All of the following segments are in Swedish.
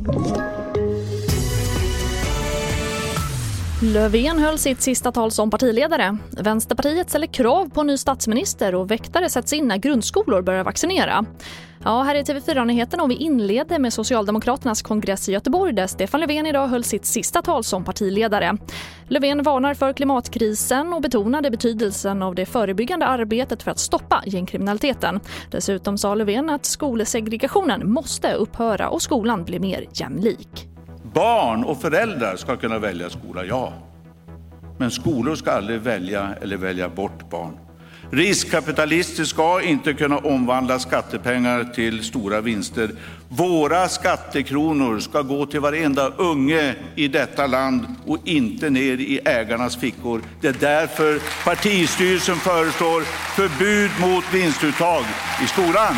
Löfven höll sitt sista tal som partiledare. Vänsterpartiet ställer krav på en ny statsminister och väktare sätts in när grundskolor börjar vaccinera. Ja, här är TV4-nyheterna och vi inleder med Socialdemokraternas kongress i Göteborg där Stefan Löfven idag höll sitt sista tal som partiledare. Löfven varnar för klimatkrisen och betonade betydelsen av det förebyggande arbetet för att stoppa gängkriminaliteten. Dessutom sa Löfven att skolsegregationen måste upphöra och skolan blir mer jämlik. Barn och föräldrar ska kunna välja skola, ja. Men skolor ska aldrig välja eller välja bort barn. Riskkapitalister ska inte kunna omvandla skattepengar till stora vinster. Våra skattekronor ska gå till varenda unge i detta land och inte ner i ägarnas fickor. Det är därför partistyrelsen föreslår förbud mot vinstuttag i skolan.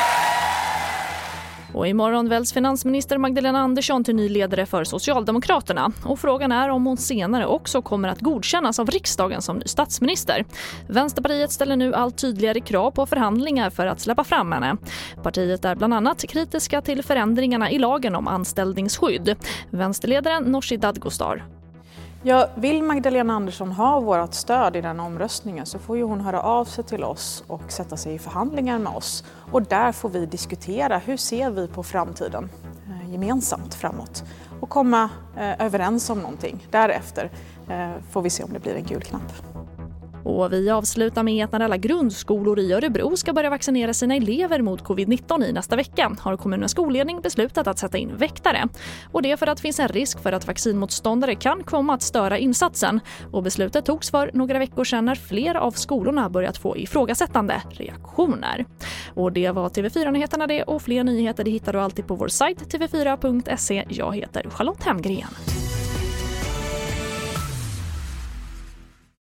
Och imorgon väljs finansminister Magdalena Andersson till ny ledare för Socialdemokraterna. Och frågan är om hon senare också kommer att godkännas av riksdagen som ny statsminister. Vänsterpartiet ställer nu allt tydligare krav på förhandlingar för att släppa fram henne. Partiet är bland annat kritiska till förändringarna i lagen om anställningsskydd. Vänsterledaren Nooshi Dadgostar. Ja, vill Magdalena Andersson ha vårt stöd i den omröstningen så får ju hon höra av sig till oss och sätta sig i förhandlingar med oss. Och där får vi diskutera hur ser vi på framtiden gemensamt framåt och komma överens om någonting. Därefter får vi se om det blir en gul knapp. Och vi avslutar med att när alla grundskolor i Örebro ska börja vaccinera sina elever mot covid-19 i nästa vecka har kommunens skolledning beslutat att sätta in väktare. Och det för att det finns en risk för att vaccinmotståndare kan komma att störa insatsen. Och beslutet togs för några veckor sedan när fler av skolorna börjat få ifrågasättande reaktioner. Och det var TV4-nyheterna det och fler nyheter det hittar du alltid på vår sajt tv4.se. Jag heter Charlotte Hemgren.